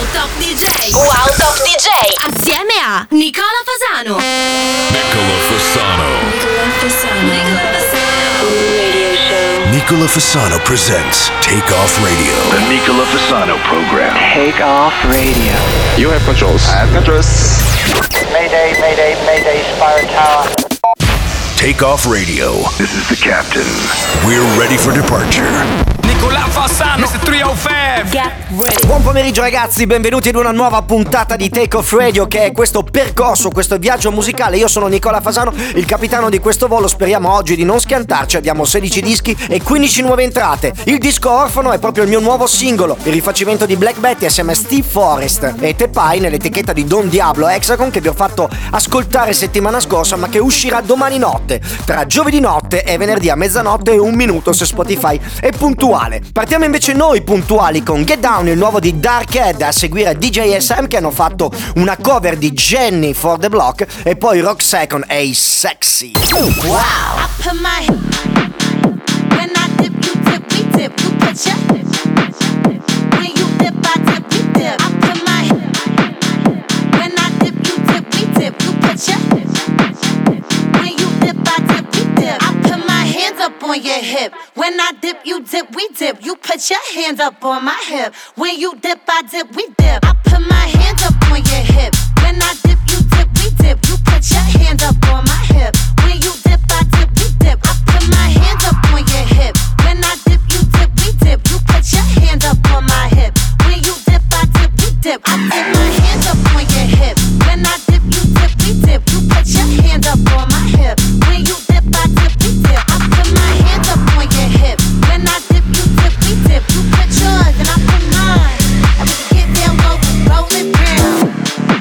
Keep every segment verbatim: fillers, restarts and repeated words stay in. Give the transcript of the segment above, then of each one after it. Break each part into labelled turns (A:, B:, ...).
A: Wow Top D J. Wow Top D J. Assieme a Nicola Fasano.
B: Nicola Fasano.
A: Nicola Fasano. Nicola Fasano. Radio show.
B: Nicola Fasano presents Take Off Radio.
C: The Nicola Fasano program.
D: Take Off Radio.
E: You have controls.
C: I have controls.
F: Mayday, mayday, mayday, Spire Tower.
B: Take Off Radio.
C: This is the captain.
B: We're ready for departure.
E: Nicola Fasano, mister trecentocinque.
A: Get ready.
D: Buon pomeriggio ragazzi, benvenuti ad una nuova puntata di Take Off Radio, che è questo percorso, questo viaggio musicale. Io sono Nicola Fasano, il capitano di questo volo. Speriamo oggi di non schiantarci. Abbiamo sedici dischi e quindici nuove entrate. Il disco Orfano è proprio il mio nuovo singolo, il rifacimento di Black Betty assieme a Steve Forrest e Tepai nell'etichetta di Don Diablo Hexagon, che vi ho fatto ascoltare settimana scorsa, ma che uscirà domani notte, tra giovedì notte e venerdì a mezzanotte e un minuto, se Spotify è puntuale. Partiamo invece noi puntuali con Get Down, il nuovo di Darkhead, a seguire D J S M, che hanno fatto una cover di Jenny for the Block, e poi Rock Second e Sexy. Wow!
G: I put my when I dip, you dip, we dip, you put your when you dip, I dip, we dip. I put my when I dip, you dip, we dip, you put your when you dip, I dip, we dip. I put my hands up on your hip. When I dip, you dip, we dip. You put your hands up on my hip. When you dip, I dip, we dip. I put my hands up on your hip. When I dip, you dip, we dip. You put your hands up on my hip. When you dip, I dip, we dip. I put my hands up on your hip. When I dip, you dip, we dip. You put your hands up on my hip. When you dip, I dip, we dip. I put my hands up on your hip. When I dip, you dip, we dip. You put your hands up on my hip. When you dip, I dip, we dip. I put my hands up on your hip. When I dip, you dip, we dip. You put yours and I put mine. And we can get down low, roll it down.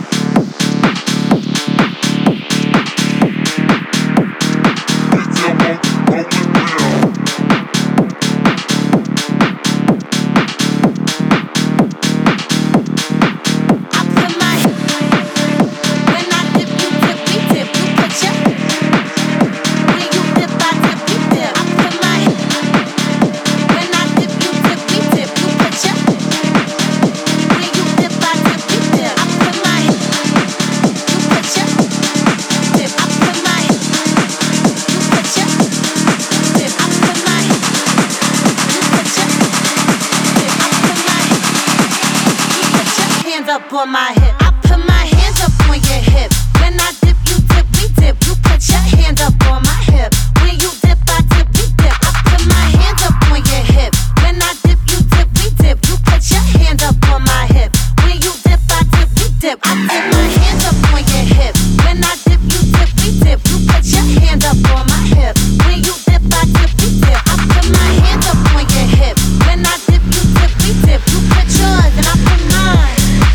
G: Up on my hip, I put my hands up on your hip. When I dip, you dip, we dip. You put your hands up on my hip. When you dip, I dip, we dip. I put my hands up on your hip. When I dip, you dip, we dip. You put your hands up on my hip. When you dip, I dip, we dip. I put my hands up on your hip. When I dip, you dip, we dip. You put your hands up on my hip. When you dip, I dip, we dip. I put my hands up on your hip. When I dip, you dip, we dip. You put yours and I put mine.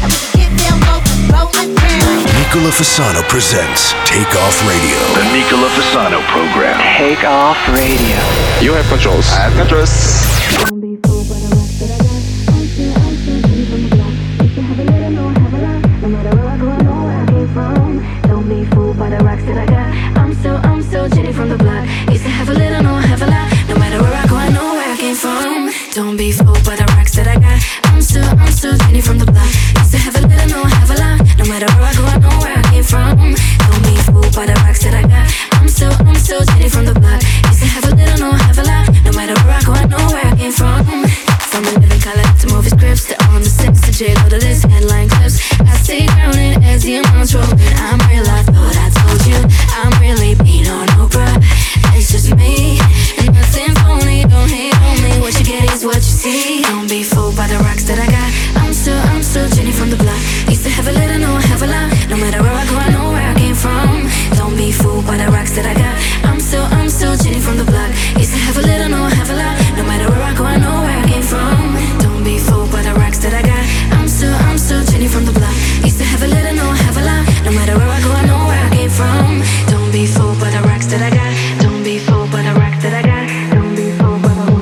B: Nicola Fasano presents Take Off Radio.
C: The Nicola Fasano program.
D: Take Off Radio.
E: You have controls.
C: I have controls.
H: Don't be fooled by the rocks that I got. I'm still, I'm still Jenny from the block. Used to have a little, no have a lot. No matter where I go, I know where I came from. Don't be fooled by the rocks that I got. I'm still, I'm still Jenny from the block. Used to have a little, no have a lot. No matter where I go, I know where I came from. Don't be fooled by the rocks that I got. I'm still, I'm still Jenny from the block. Used to have a little, no have a lot. No matter where I go, I know where I came from. Don't be fooled by the rocks that I got. I'm still, I'm still Jenny from the block. Used to have a little, no have a lot. No matter where I go, I know where I came from. From the living color to movie scripts, to on the six to J Lo, the list, headline clips. I stay grounded as the amounts rolling. I'm real, I thought I told you. I'm really being on no bruh. It's just me, and nothing phony. Don't hate on me. What you get is what you see. Don't be fooled by the rocks that I got. I'm still, I'm still Jenny from the block. Used to have a little, no have a lot. No matter where I go, I know where I came from. Don't be fooled by the rocks that I got. I'm still, I'm still Jenny from the block. Used to have a little, no have a lot. No matter where I go, I know where I came from. Don't be fooled by the rocks that I got. I'm still, I'm still Jenny from the block. Used to have a little, no have a lot. No matter where I go, I know where I came from. Don't be fooled by the rocks that I got. Don't be fooled by the rocks that I got. Don't be fooled by the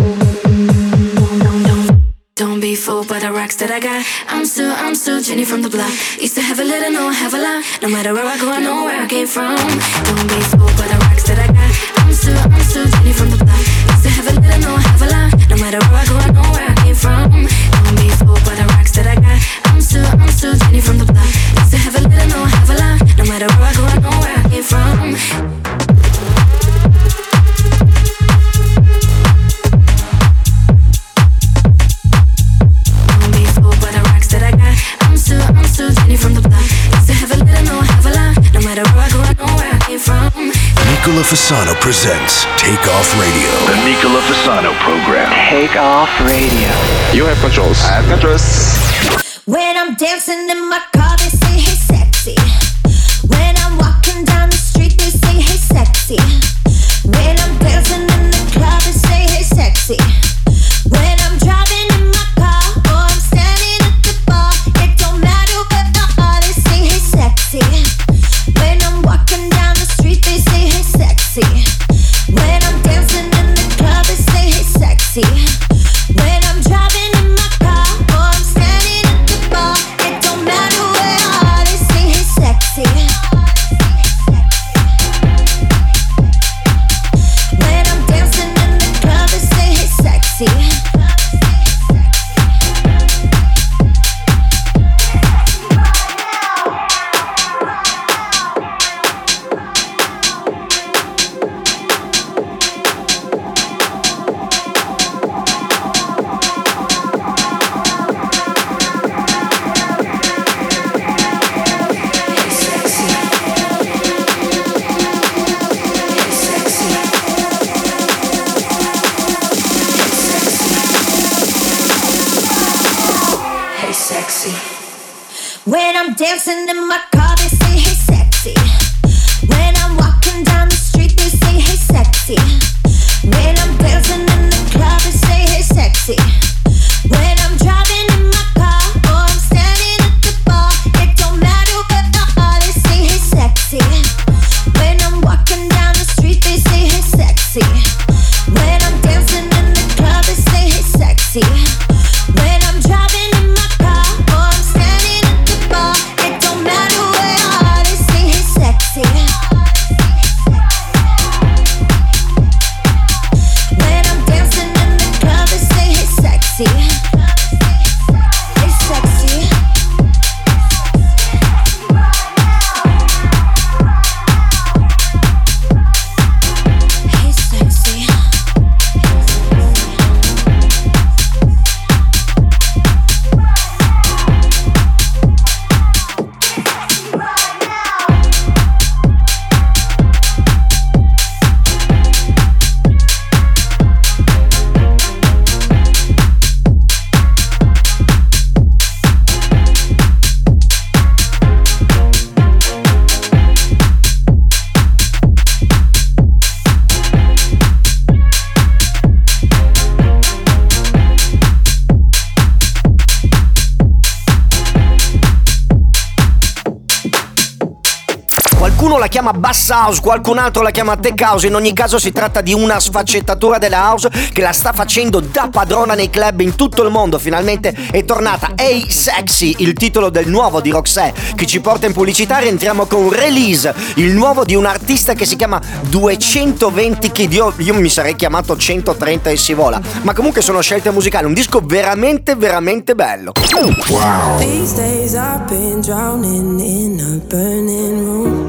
H: Don't be fooled by the rocks that I got. I'm still, I'm still Jenny from the block. Used to have a little, no have a lot. No matter where I go, I know where I came from. Don't be fooled by the rocks that I got. I'm still, I'm still Jenny from the block. Used to have a little, no have a lot. No matter where I go, I know where I came from. Don't be fooled by the rocks that I got. I'm
B: Fasano presents Take Off Radio.
C: The Nicola Fasano program.
F: Take off radio.
E: You have controls.
C: I have controls.
G: When I'm dancing in my car, they say, hey, sexy. When I'm walking down the street, they say, hey, sexy. When I'm dancing in the club, they say, hey, sexy. When I'm driving in my car, or I'm standing at the bar, it don't matter where I are, they say, hey, sexy. When I'm walking down the street, they say, hey, sexy. When I'm dancing in the club, they say, hey, sexy. When I'm driving in my car, or I'm standing at the bar, it don't matter where I are, they say, hey, sexy. When I'm dancing in the club, they say, hey, sexy. When I'm dancing in my car, they say, hey, sexy. When I'm walking down the street, they say, hey, sexy. When I'm dancing in the club, they say, hey, sexy. When I'm driving in my car, or I'm standing at the bar, it don't matter where I are, they say, hey, sexy. When I'm walking down the street, they say, hey, sexy. When I'm dancing in the club, they say, hey, sexy. When I'm driving in my car, or I'm standing at the bar, it don't matter where I are, they say, hey, sexy. When I'm dancing in the club, they say, hey, sexy. Hey, sexy. Hey, sexy.
D: Qualcuno la chiama bass house, qualcun altro la chiama tech house, in ogni caso si tratta di una sfaccettatura della house che la sta facendo da padrona nei club in tutto il mondo. Finalmente è tornata Hey Sexy, il titolo del nuovo di Roxette che ci porta in pubblicità. Rientriamo con Release, il nuovo di un artista che si chiama duecentoventi Kid. Io, io mi sarei chiamato centotrenta e si vola, ma comunque sono scelte musicali, un disco veramente veramente bello.
B: Wow.
I: These days I've been drowning in a burning room.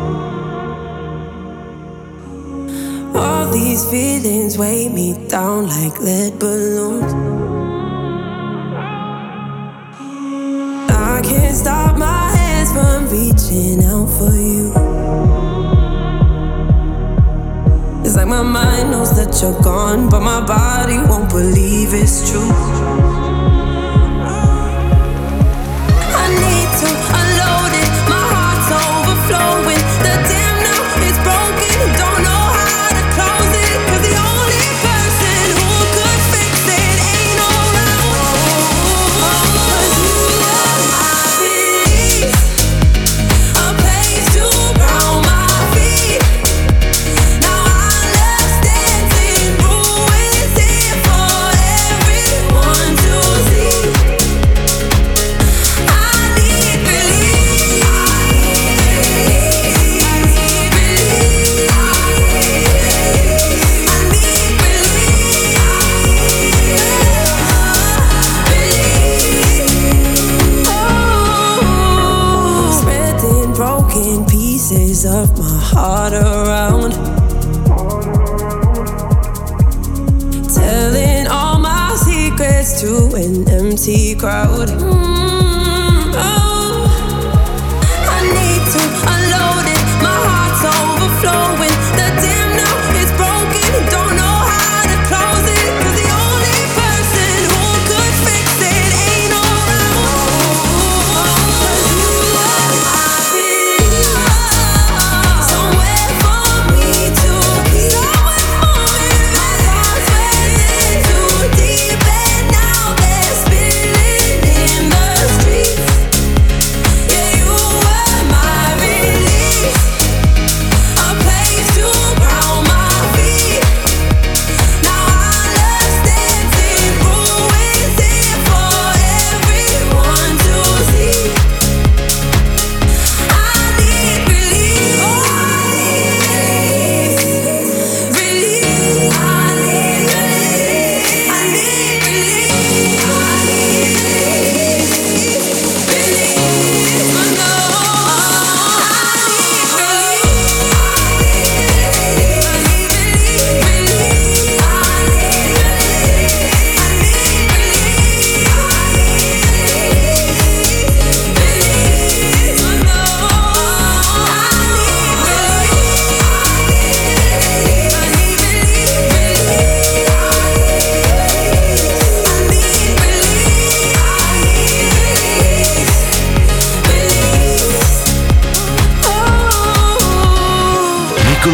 I: All these feelings weigh me down like lead balloons. I can't stop my hands from reaching out for you. It's like my mind knows that you're gone, but my body won't believe it's true. I need to unload it, my heart's overflowing. The damn now it's broken, don't know how to close it. Cause the only person who could fix it ain't around. Cause you are my peace, a place to ground my feet. Now I love standing ruins here for everyone to see. I need relief, I need relief, I need relief. Oh, spreading broken pieces of my heart around, telling all my secrets to an empty crowd. Mm, oh, I need to unload it, my heart's overflowing. The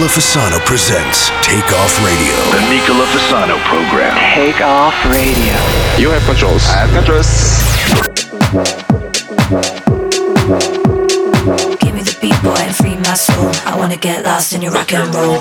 B: Nicola Fasano presents Take Off Radio.
C: The Nicola Fasano program.
F: Take off radio.
E: You have controls.
C: I have controls.
J: Give me the beat, boy, and free my soul. I wanna get lost in your rock and roll.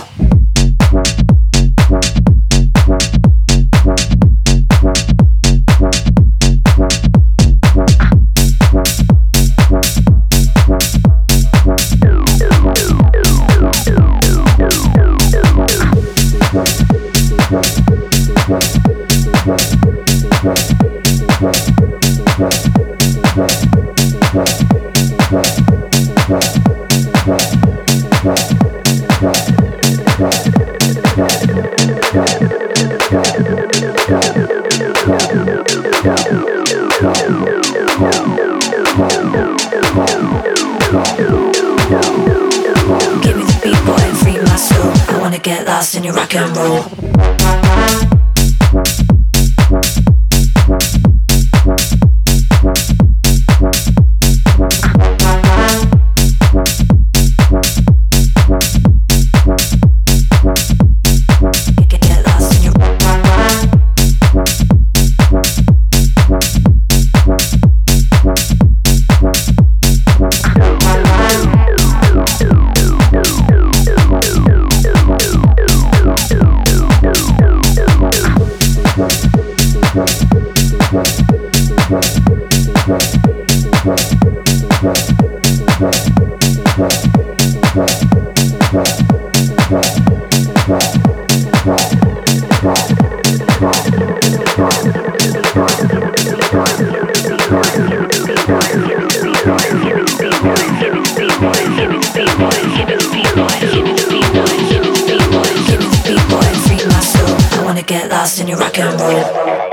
J: Give me the beat, boy, and free my soul. I wanna get lost in your rock and roll. Get lost in your rock and roll.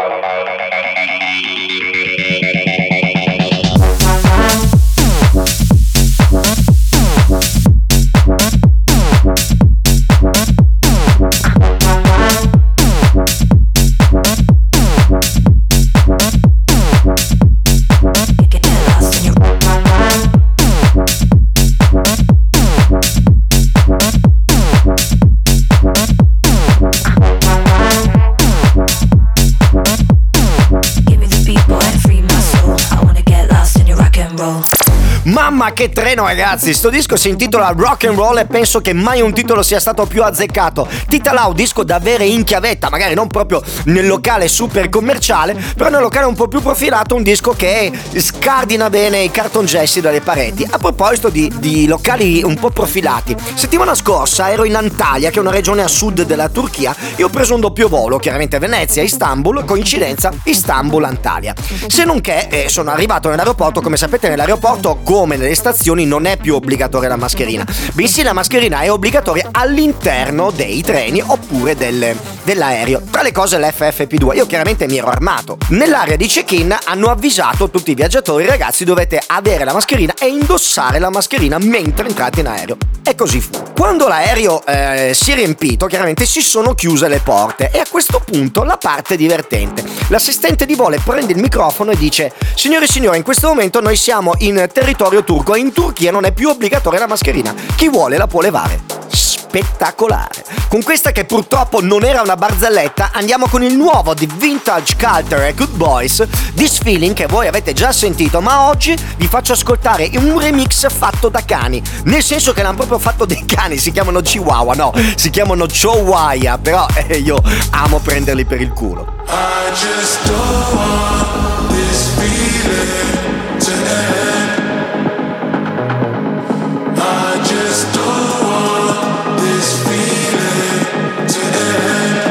D: Mamma che treno, ragazzi, sto disco si intitola Rock and Roll e penso che mai un titolo sia stato più azzeccato. Titalau, disco da avere in chiavetta, magari non proprio nel locale super commerciale, però nel locale un po' più profilato, un disco che scardina bene i cartongessi dalle pareti. A proposito di, di locali un po' profilati, settimana scorsa ero in Antalya, che è una regione a sud della Turchia, e ho preso un doppio volo, chiaramente Venezia, Istanbul, coincidenza Istanbul, Antalya. Se non che eh, sono arrivato nell'aeroporto, come sapete nell'aeroporto come nelle stazioni non è più obbligatoria la mascherina, bensì la mascherina è obbligatoria all'interno dei treni oppure del, dell'aereo. Tra le cose l'F F P due, io chiaramente mi ero armato. Nell'area di check-in hanno avvisato tutti i viaggiatori: ragazzi, dovete avere la mascherina e indossare la mascherina mentre entrate in aereo. E così fu. Quando l'aereo eh, si è riempito, chiaramente si sono chiuse le porte, e a questo punto la parte divertente. L'assistente di volo prende il microfono e dice: signore e signori, in questo momento noi siamo in territorio turco e in Turchia non è più obbligatoria la mascherina, chi vuole la può levare. Spettacolare. Con questa, che purtroppo non era una barzelletta, andiamo con il nuovo di Vintage Culture e Good Boys, This Feeling, che voi avete già sentito, ma oggi vi faccio ascoltare un remix fatto da cani, nel senso che l'hanno proprio fatto dei cani, si chiamano Chihuahua, no, si chiamano Chihuahua, però eh, io amo prenderli per il culo.
K: I just don't want this feeling to end. I just don't want this feeling to end.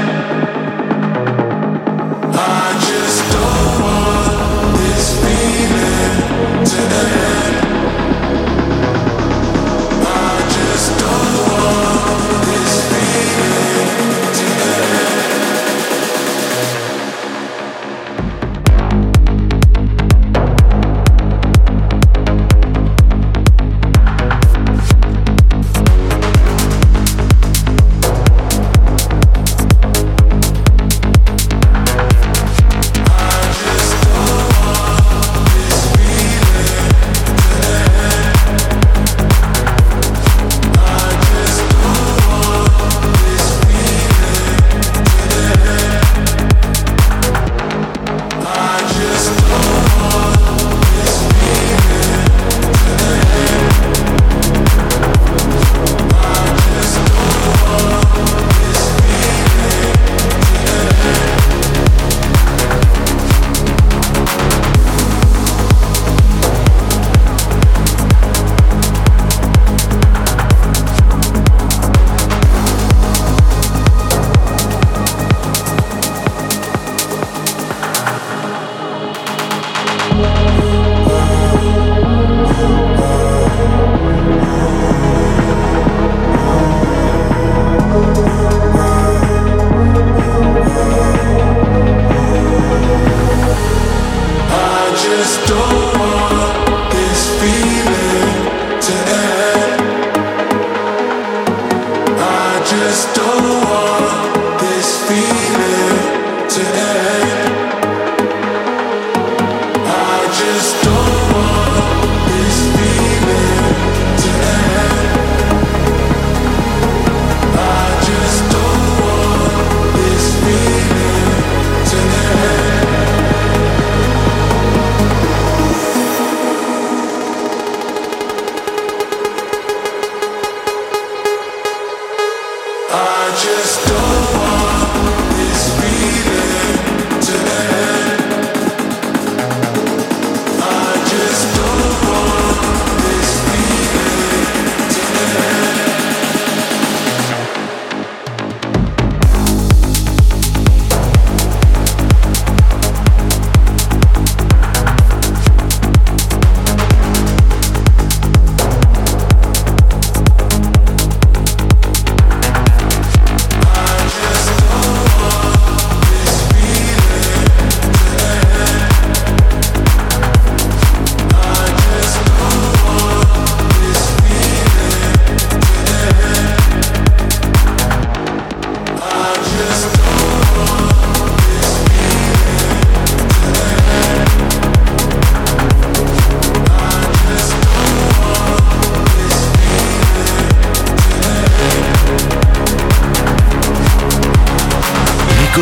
K: I just don't want this feeling to end. I just don't want this feeling to end.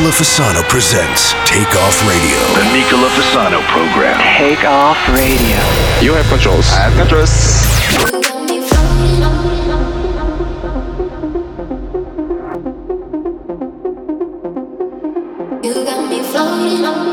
B: Nicola Fasano presents Take Off Radio.
C: The Nicola Fasano program.
F: Take Off Radio.
E: You have controls.
C: I have controls.
H: You got me floating on.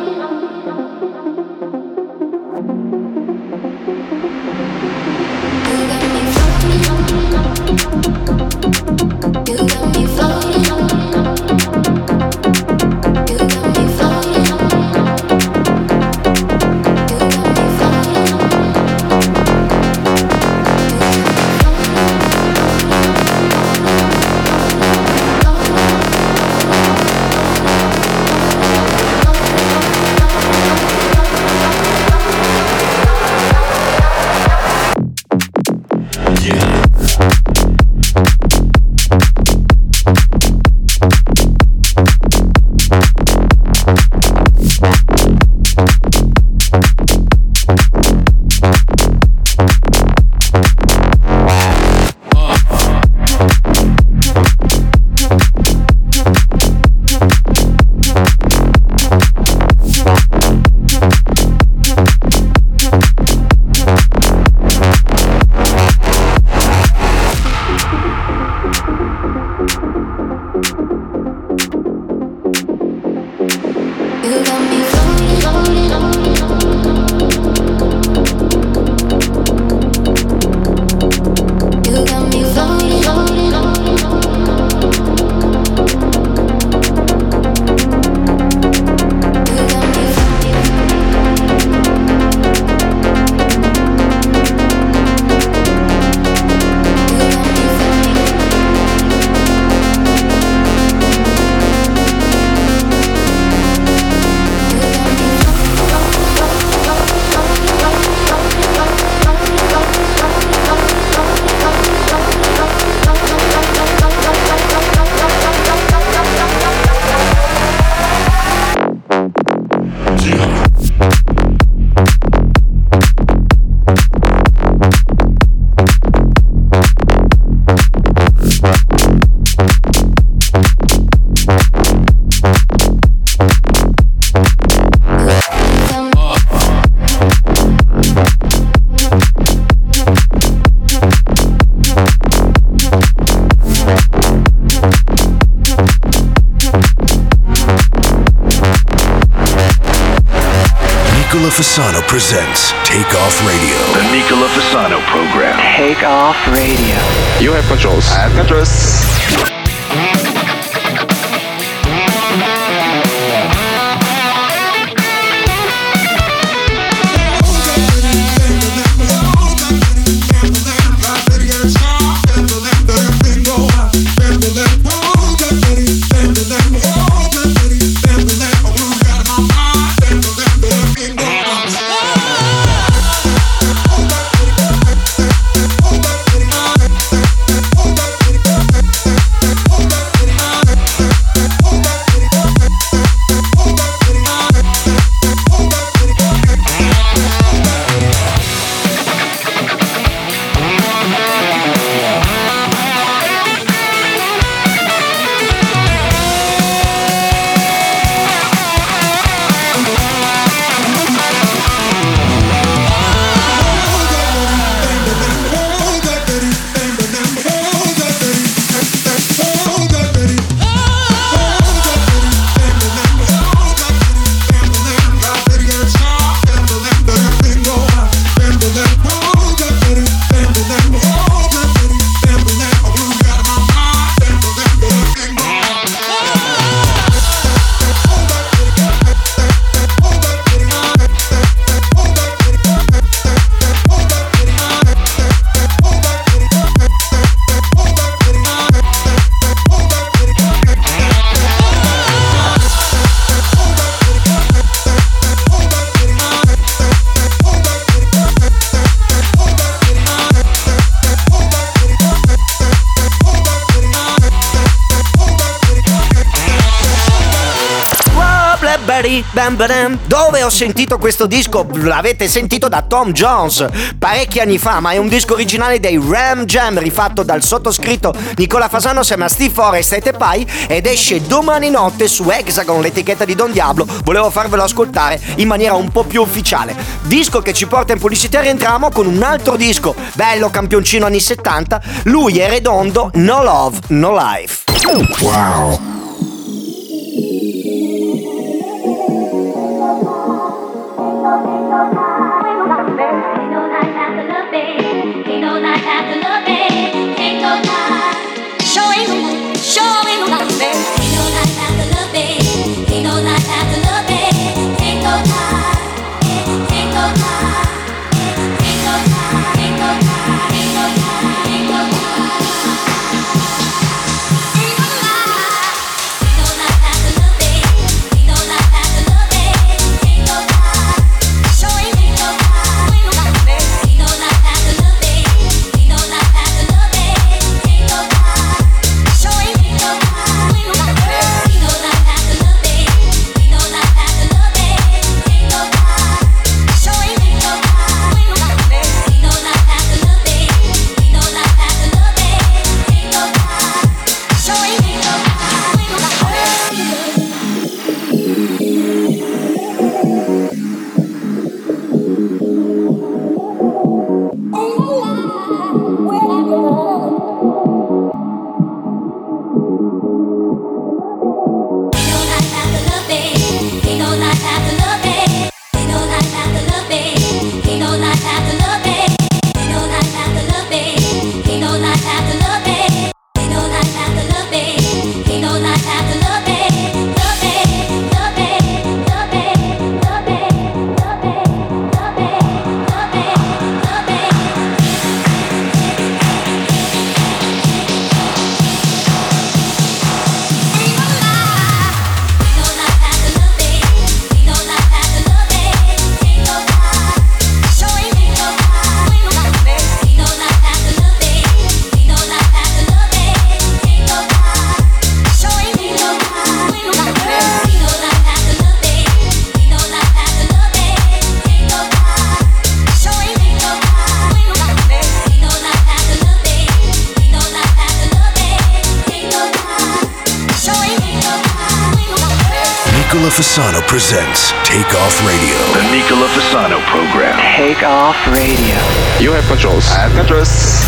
B: Nicola Fasano presents Take Off Radio.
C: The Nicola Fasano program.
F: Take Off Radio.
E: You have controls.
C: I have controls.
K: Hold
D: Somebody, bam badam. Dove ho sentito questo disco? L'avete sentito da Tom Jones parecchi anni fa, ma è un disco originale dei Ram Jam rifatto dal sottoscritto Nicola Fasano assieme a Steve Forrest e Tepai, ed esce domani notte su Hexagon, l'etichetta di Don Diablo. Volevo farvelo ascoltare in maniera un po' più ufficiale. Disco che ci porta in pubblicità. Rientriamo con un altro disco bello campioncino anni settanta. Lui è Redondo, No Love, No Life.
B: Wow. Nicola Fasano presents Take Off Radio.
C: The Nicola Fasano program.
F: Take Off Radio.
E: You have controls.
C: I have controls.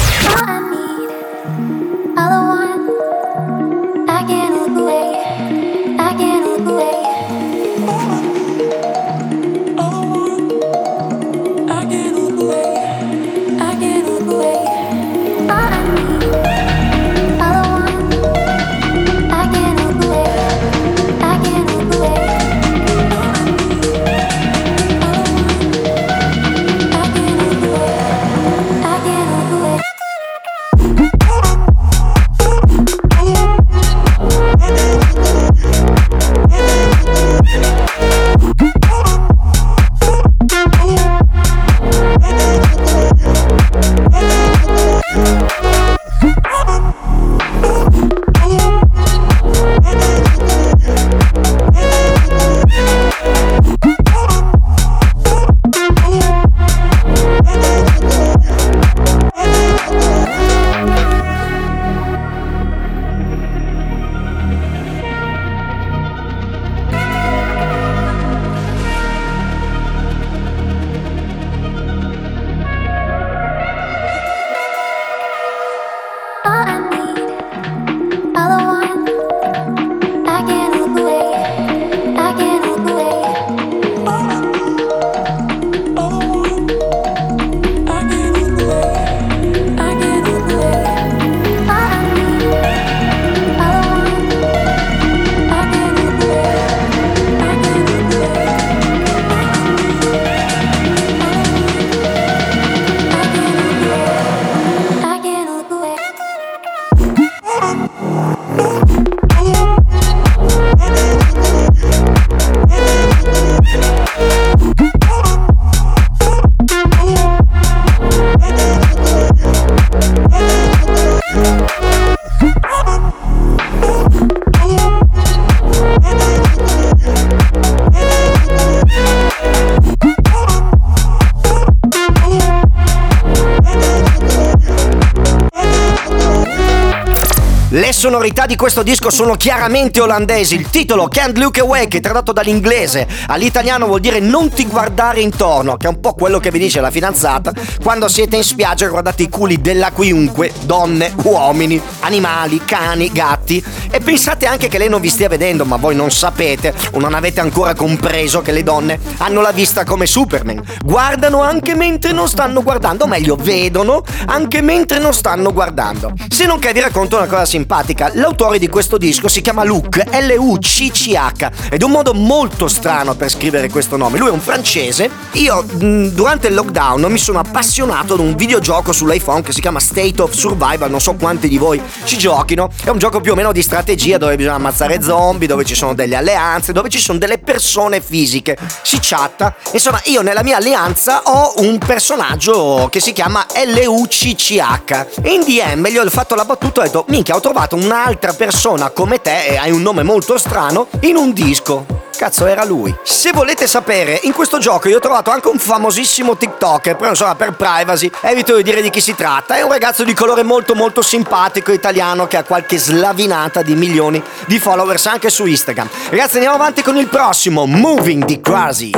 D: Le sonorità di questo disco sono chiaramente olandesi. Il titolo Can't Look Away, che tradotto dall'inglese all'italiano vuol dire non ti guardare intorno, che è un po' quello che vi dice la fidanzata quando siete in spiaggia e guardate i culi della chiunque, donne, uomini, animali, cani, gatti, e pensate anche che lei non vi stia vedendo, ma voi non sapete o non avete ancora compreso che le donne hanno la vista come Superman. Guardano anche mentre non stanno guardando, o meglio, vedono anche mentre non stanno guardando. Se non che vi racconto una cosa simpatica. L'autore di questo disco si chiama Luc, L U C C H, ed è un modo molto strano per scrivere questo nome. Lui è un francese. Io mh, durante il lockdown mi sono appassionato ad un videogioco sull'iPhone che si chiama State of Survival. Non so quanti di voi ci giochino. È un gioco più o meno di strategia dove bisogna ammazzare zombie, dove ci sono delle alleanze, dove ci sono delle persone fisiche. Si chatta. Insomma, io nella mia alleanza ho un personaggio che si chiama L U C C H. E in D M gli ho fatto la battuta e ho detto: minchia, ho trovato un'altra persona come te e hai un nome molto strano in un disco. Cazzo, era lui. Se volete sapere, in questo gioco io ho trovato anche un famosissimo TikToker, però insomma per privacy evito di dire di chi si tratta. È un ragazzo di colore molto molto simpatico, italiano, che ha qualche slavinata di milioni di followers anche su Instagram. Ragazzi, andiamo avanti con il prossimo, Moving di Crazy.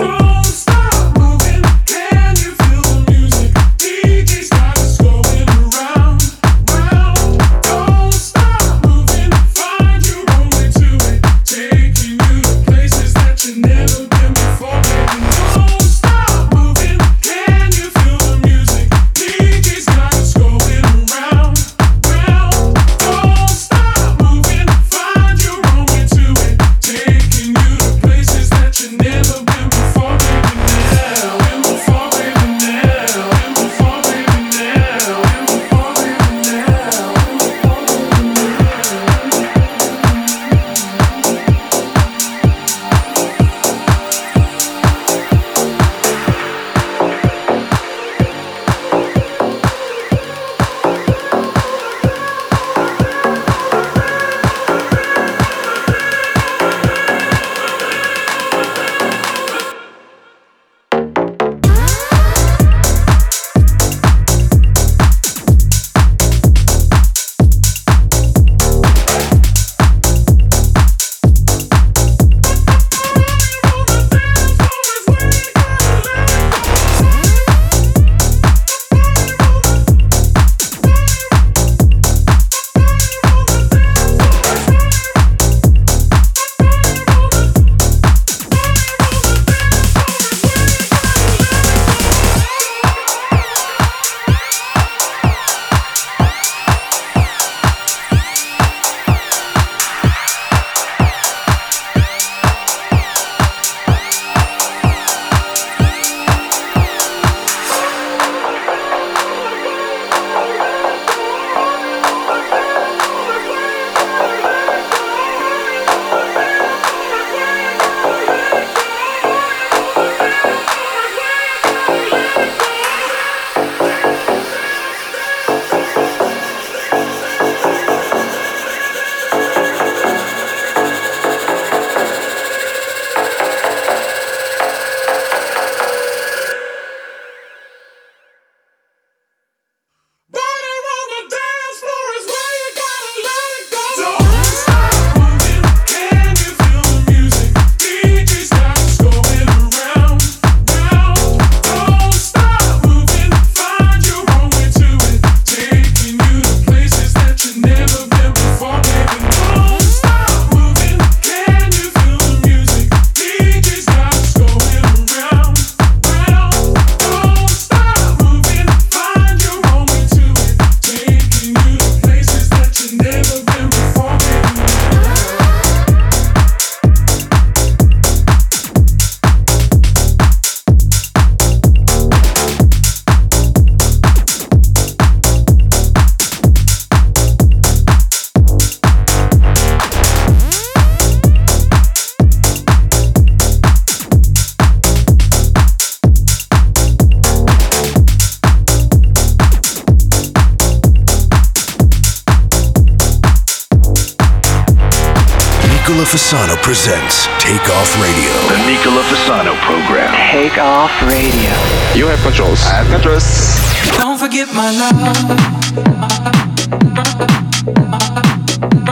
B: Nicola Fasano presents Take Off Radio.
C: The Nicola Fasano program.
F: Take Off Radio.
E: You have controls.
C: I have controls.
K: Don't forget my love.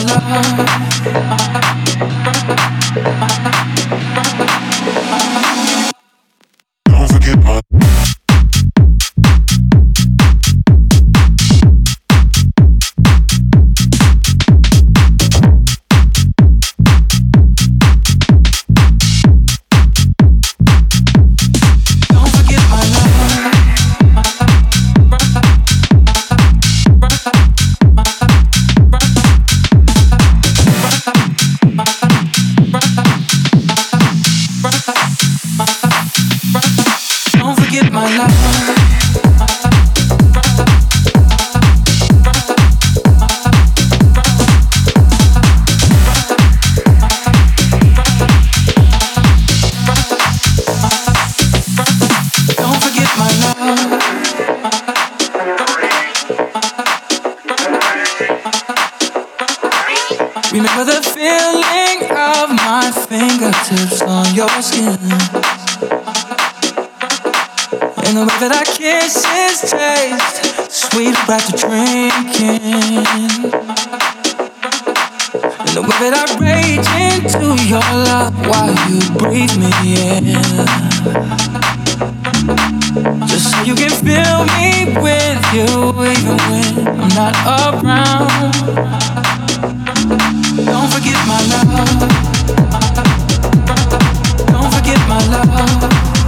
K: Don't forget my
L: Remember the feeling of my fingertips on your skin, and the way that our kisses taste sweet after drinking, and the way that I rage into your love while you breathe me in, just so you can feel me with you even when I'm not around. Don't forget my love. Don't forget my love.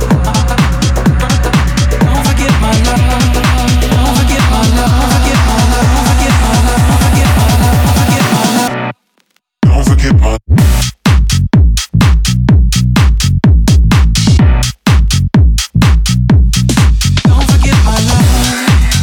L: Don't forget my love. Don't forget my love. Forget my love. Forget my love. Forget my love. Forget my love.
K: Don't forget my
L: Don't forget my love.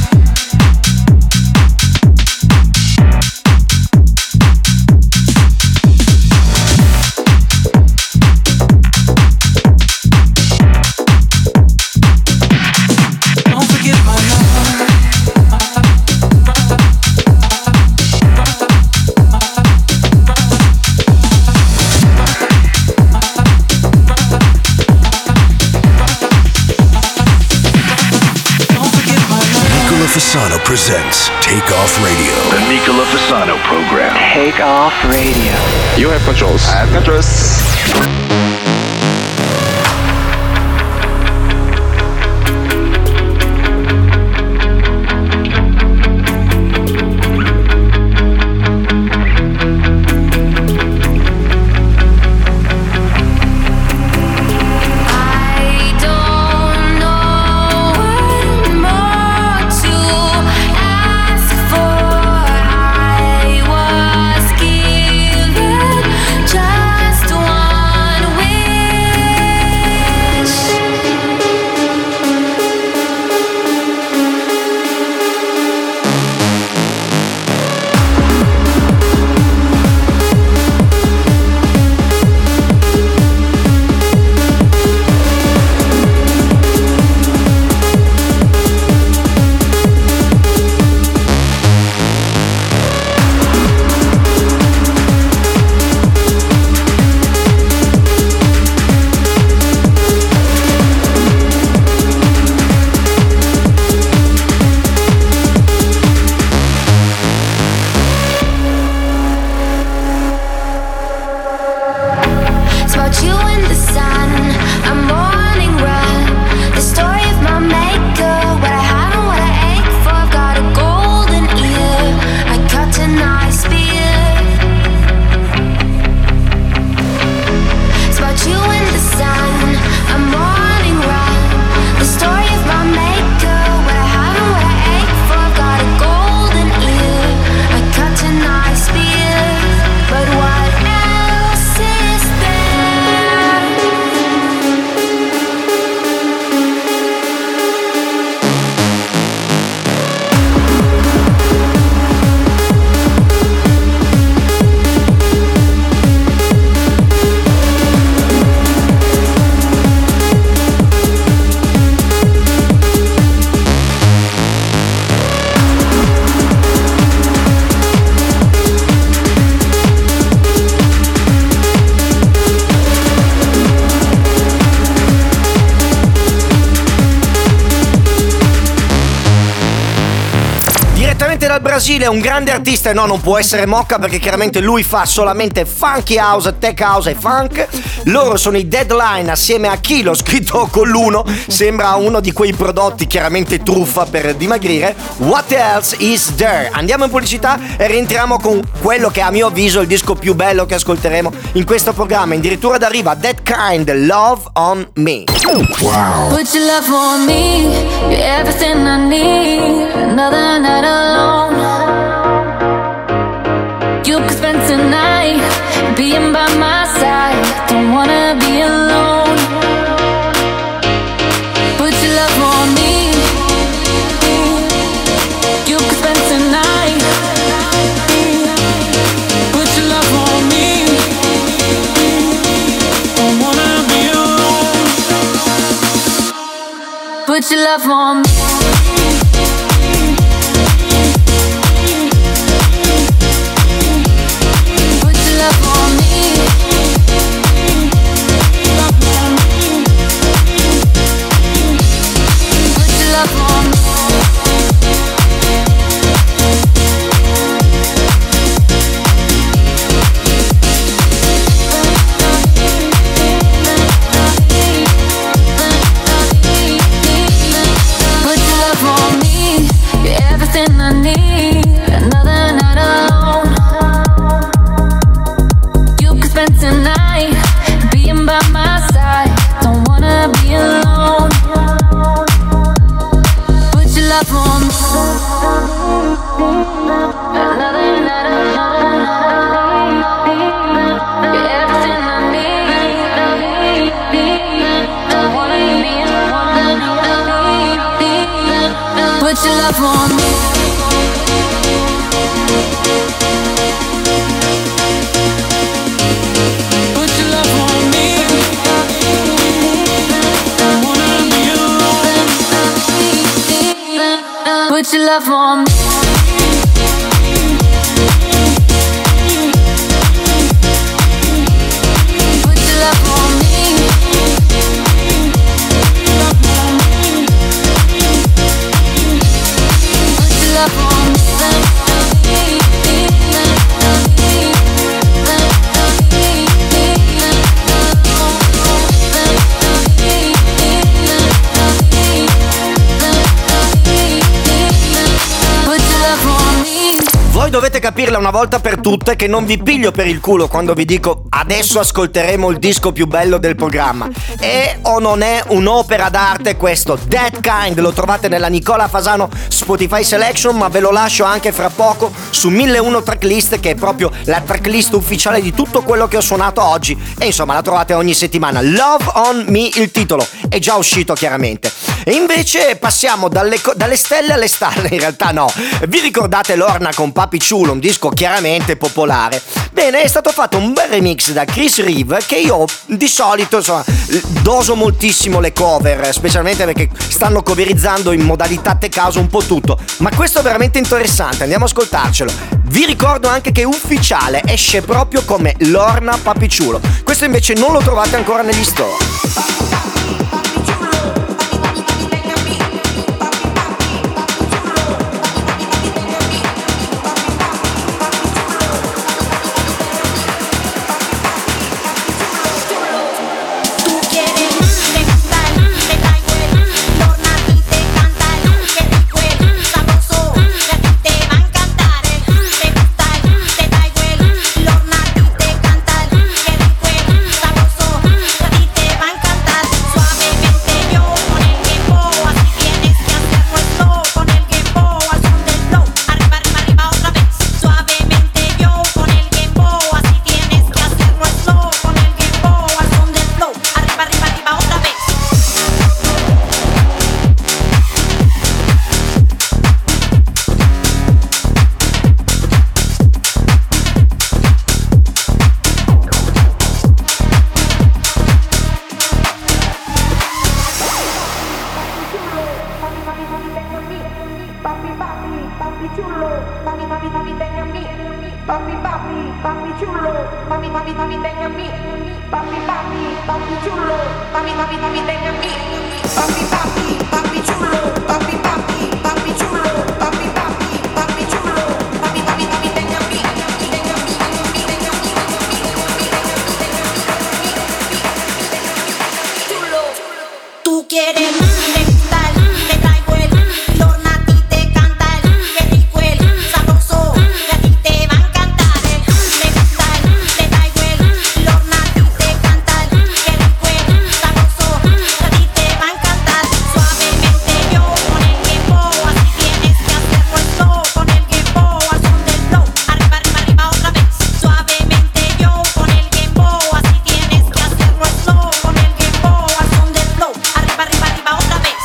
B: Fasano presents Take Off Radio.
C: The Nicola Fasano program.
F: Take Off Radio.
E: You have controls.
C: I have controls.
I: Just one
D: dal Brasile, un grande artista, e no, non può essere Mocca perché chiaramente lui fa solamente funky house, tech house e funk. Loro sono i Deadline assieme a Kilo, scritto con l'uno, sembra uno di quei prodotti chiaramente truffa per dimagrire. What Else Is There? Andiamo in pubblicità e rientriamo con quello che a mio avviso è il disco più bello che ascolteremo in questo programma. Addirittura d'arriva That Kind, Love on Me.
H: Wow. Put your love on me, you're everything I need. Another night alone. You could spend tonight being by my side. Don't wanna be alone. Put your love on me. You could spend tonight. Put your love on me. Don't wanna be alone. Put your love on me. Put your love on me. Put your love on me. Don't wanna be alone. Put your love on me.
D: Voi dovete capirla una volta per tutte che non vi piglio per il culo quando vi dico adesso ascolteremo il disco più bello del programma. È o non è un'opera d'arte questo? That Kind lo trovate nella Nicola Fasano Spotify Selection, ma ve lo lascio anche fra poco su mille e uno Tracklist, che è proprio la tracklist ufficiale di tutto quello che ho suonato oggi, e insomma la trovate ogni settimana. Love on Me il titolo, è già uscito chiaramente. E invece passiamo dalle, dalle stelle alle stalle, in realtà no. Vi ricordate Lorna con Papi Ciulo, un disco chiaramente popolare? Bene, è stato fatto un bel remix da Chris Reeve, che io di solito insomma doso moltissimo le cover, specialmente perché stanno coverizzando in modalità tech house un po' tutto, ma questo è veramente interessante, andiamo a ascoltarcelo. Vi ricordo anche che è ufficiale, esce proprio come Lorna Papi Ciulo. Questo invece non lo trovate ancora negli store.
M: Papi, papi, papi chulo, papi, papi, papi chulo, papi, papi, papi chulo.
G: quieres, te gusta el, te traigo el, torna a ti te canta el, qué rico el, sabroso, que a ti te va a encantar el, te gusta el, te traigo el, torna a ti te canta el, qué rico el, sabroso, que a ti te va a encantar. Suavemente yo con el tiempo, así tienes que hacerlo esto, con el tiempo al son del flow, arriba, arriba, arriba otra vez. Suavemente yo con el tiempo, así tienes que hacerlo esto, con el tiempo al son del flow, arriba, arriba, arriba otra vez.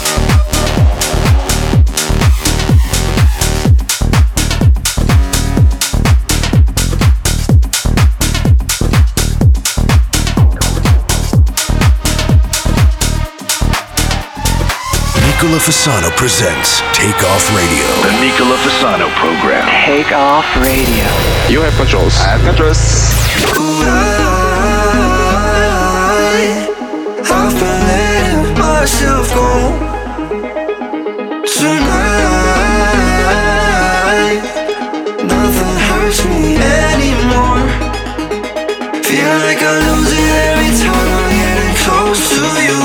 B: Nicola Fasano presents Take Off Radio.
C: The Nicola Fasano program.
F: Take Off Radio.
E: You have controls.
C: I have controls.
K: I've been letting myself go tonight. Nothing hurts me anymore. Feel like I lose it every time I'm getting close to you.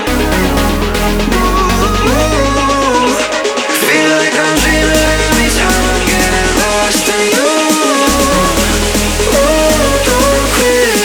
K: Ooh, feel like I'm dreaming every time I'm getting lost in you. Ooh, don't quit.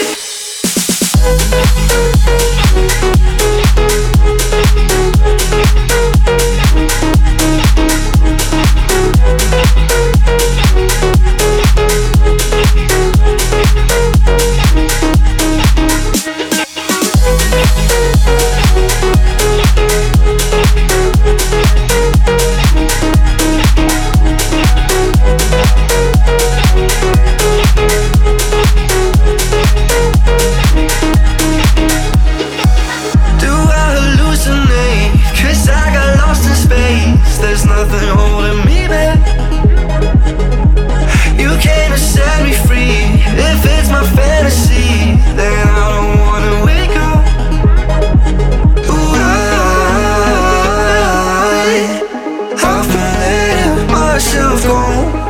K: Do I hallucinate? Cause I got lost in space. There's nothing holding me back. You came to set me free. If it's my fantasy, then I don't wanna wake up. Ooh, I, I've been letting myself go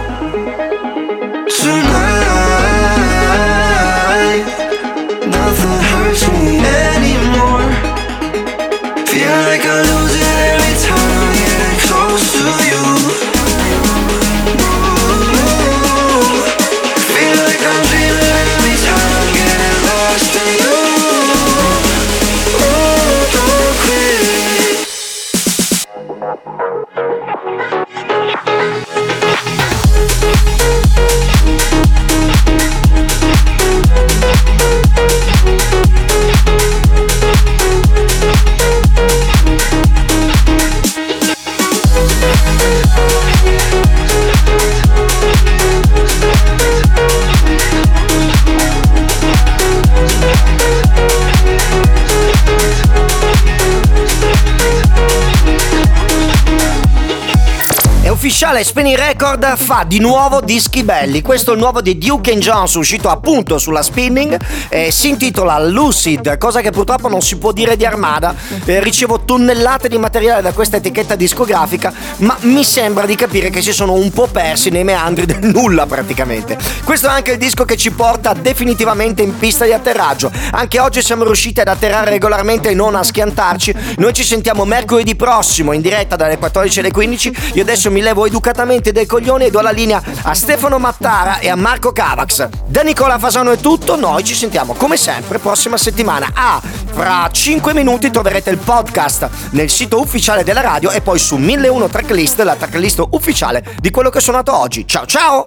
K: tonight. Nothing hurts me anymore. Feel like I lose it every time I'm getting close to you. Ooh, feel like I'm dreaming every time I'm getting lost in you. Ooh, don't quit.
D: È ufficiale, Spinning Record fa di nuovo dischi belli. Questo è il nuovo di Duke and Jones, uscito appunto sulla Spinning, eh, si intitola Lucid, cosa che purtroppo non si può dire di Armada. Eh, ricevo tonnellate di materiale da questa etichetta discografica, ma mi sembra di capire che si sono un po' persi nei meandri del nulla praticamente. Questo è anche il disco che ci porta definitivamente in pista di atterraggio. Anche oggi siamo riusciti ad atterrare regolarmente e non a schiantarci. Noi ci sentiamo mercoledì prossimo in diretta dalle quattordici alle quindici. Io adesso mi levo educatamente dai coglioni e do la linea a Stefano Mattara e a Marco Cavax. Da Nicola Fasano è tutto, noi ci sentiamo come sempre prossima settimana. Ah, fra cinque minuti troverete il podcast nel sito ufficiale della radio e poi su mille e uno tracklist, la tracklist ufficiale di quello che ho suonato oggi. Ciao ciao!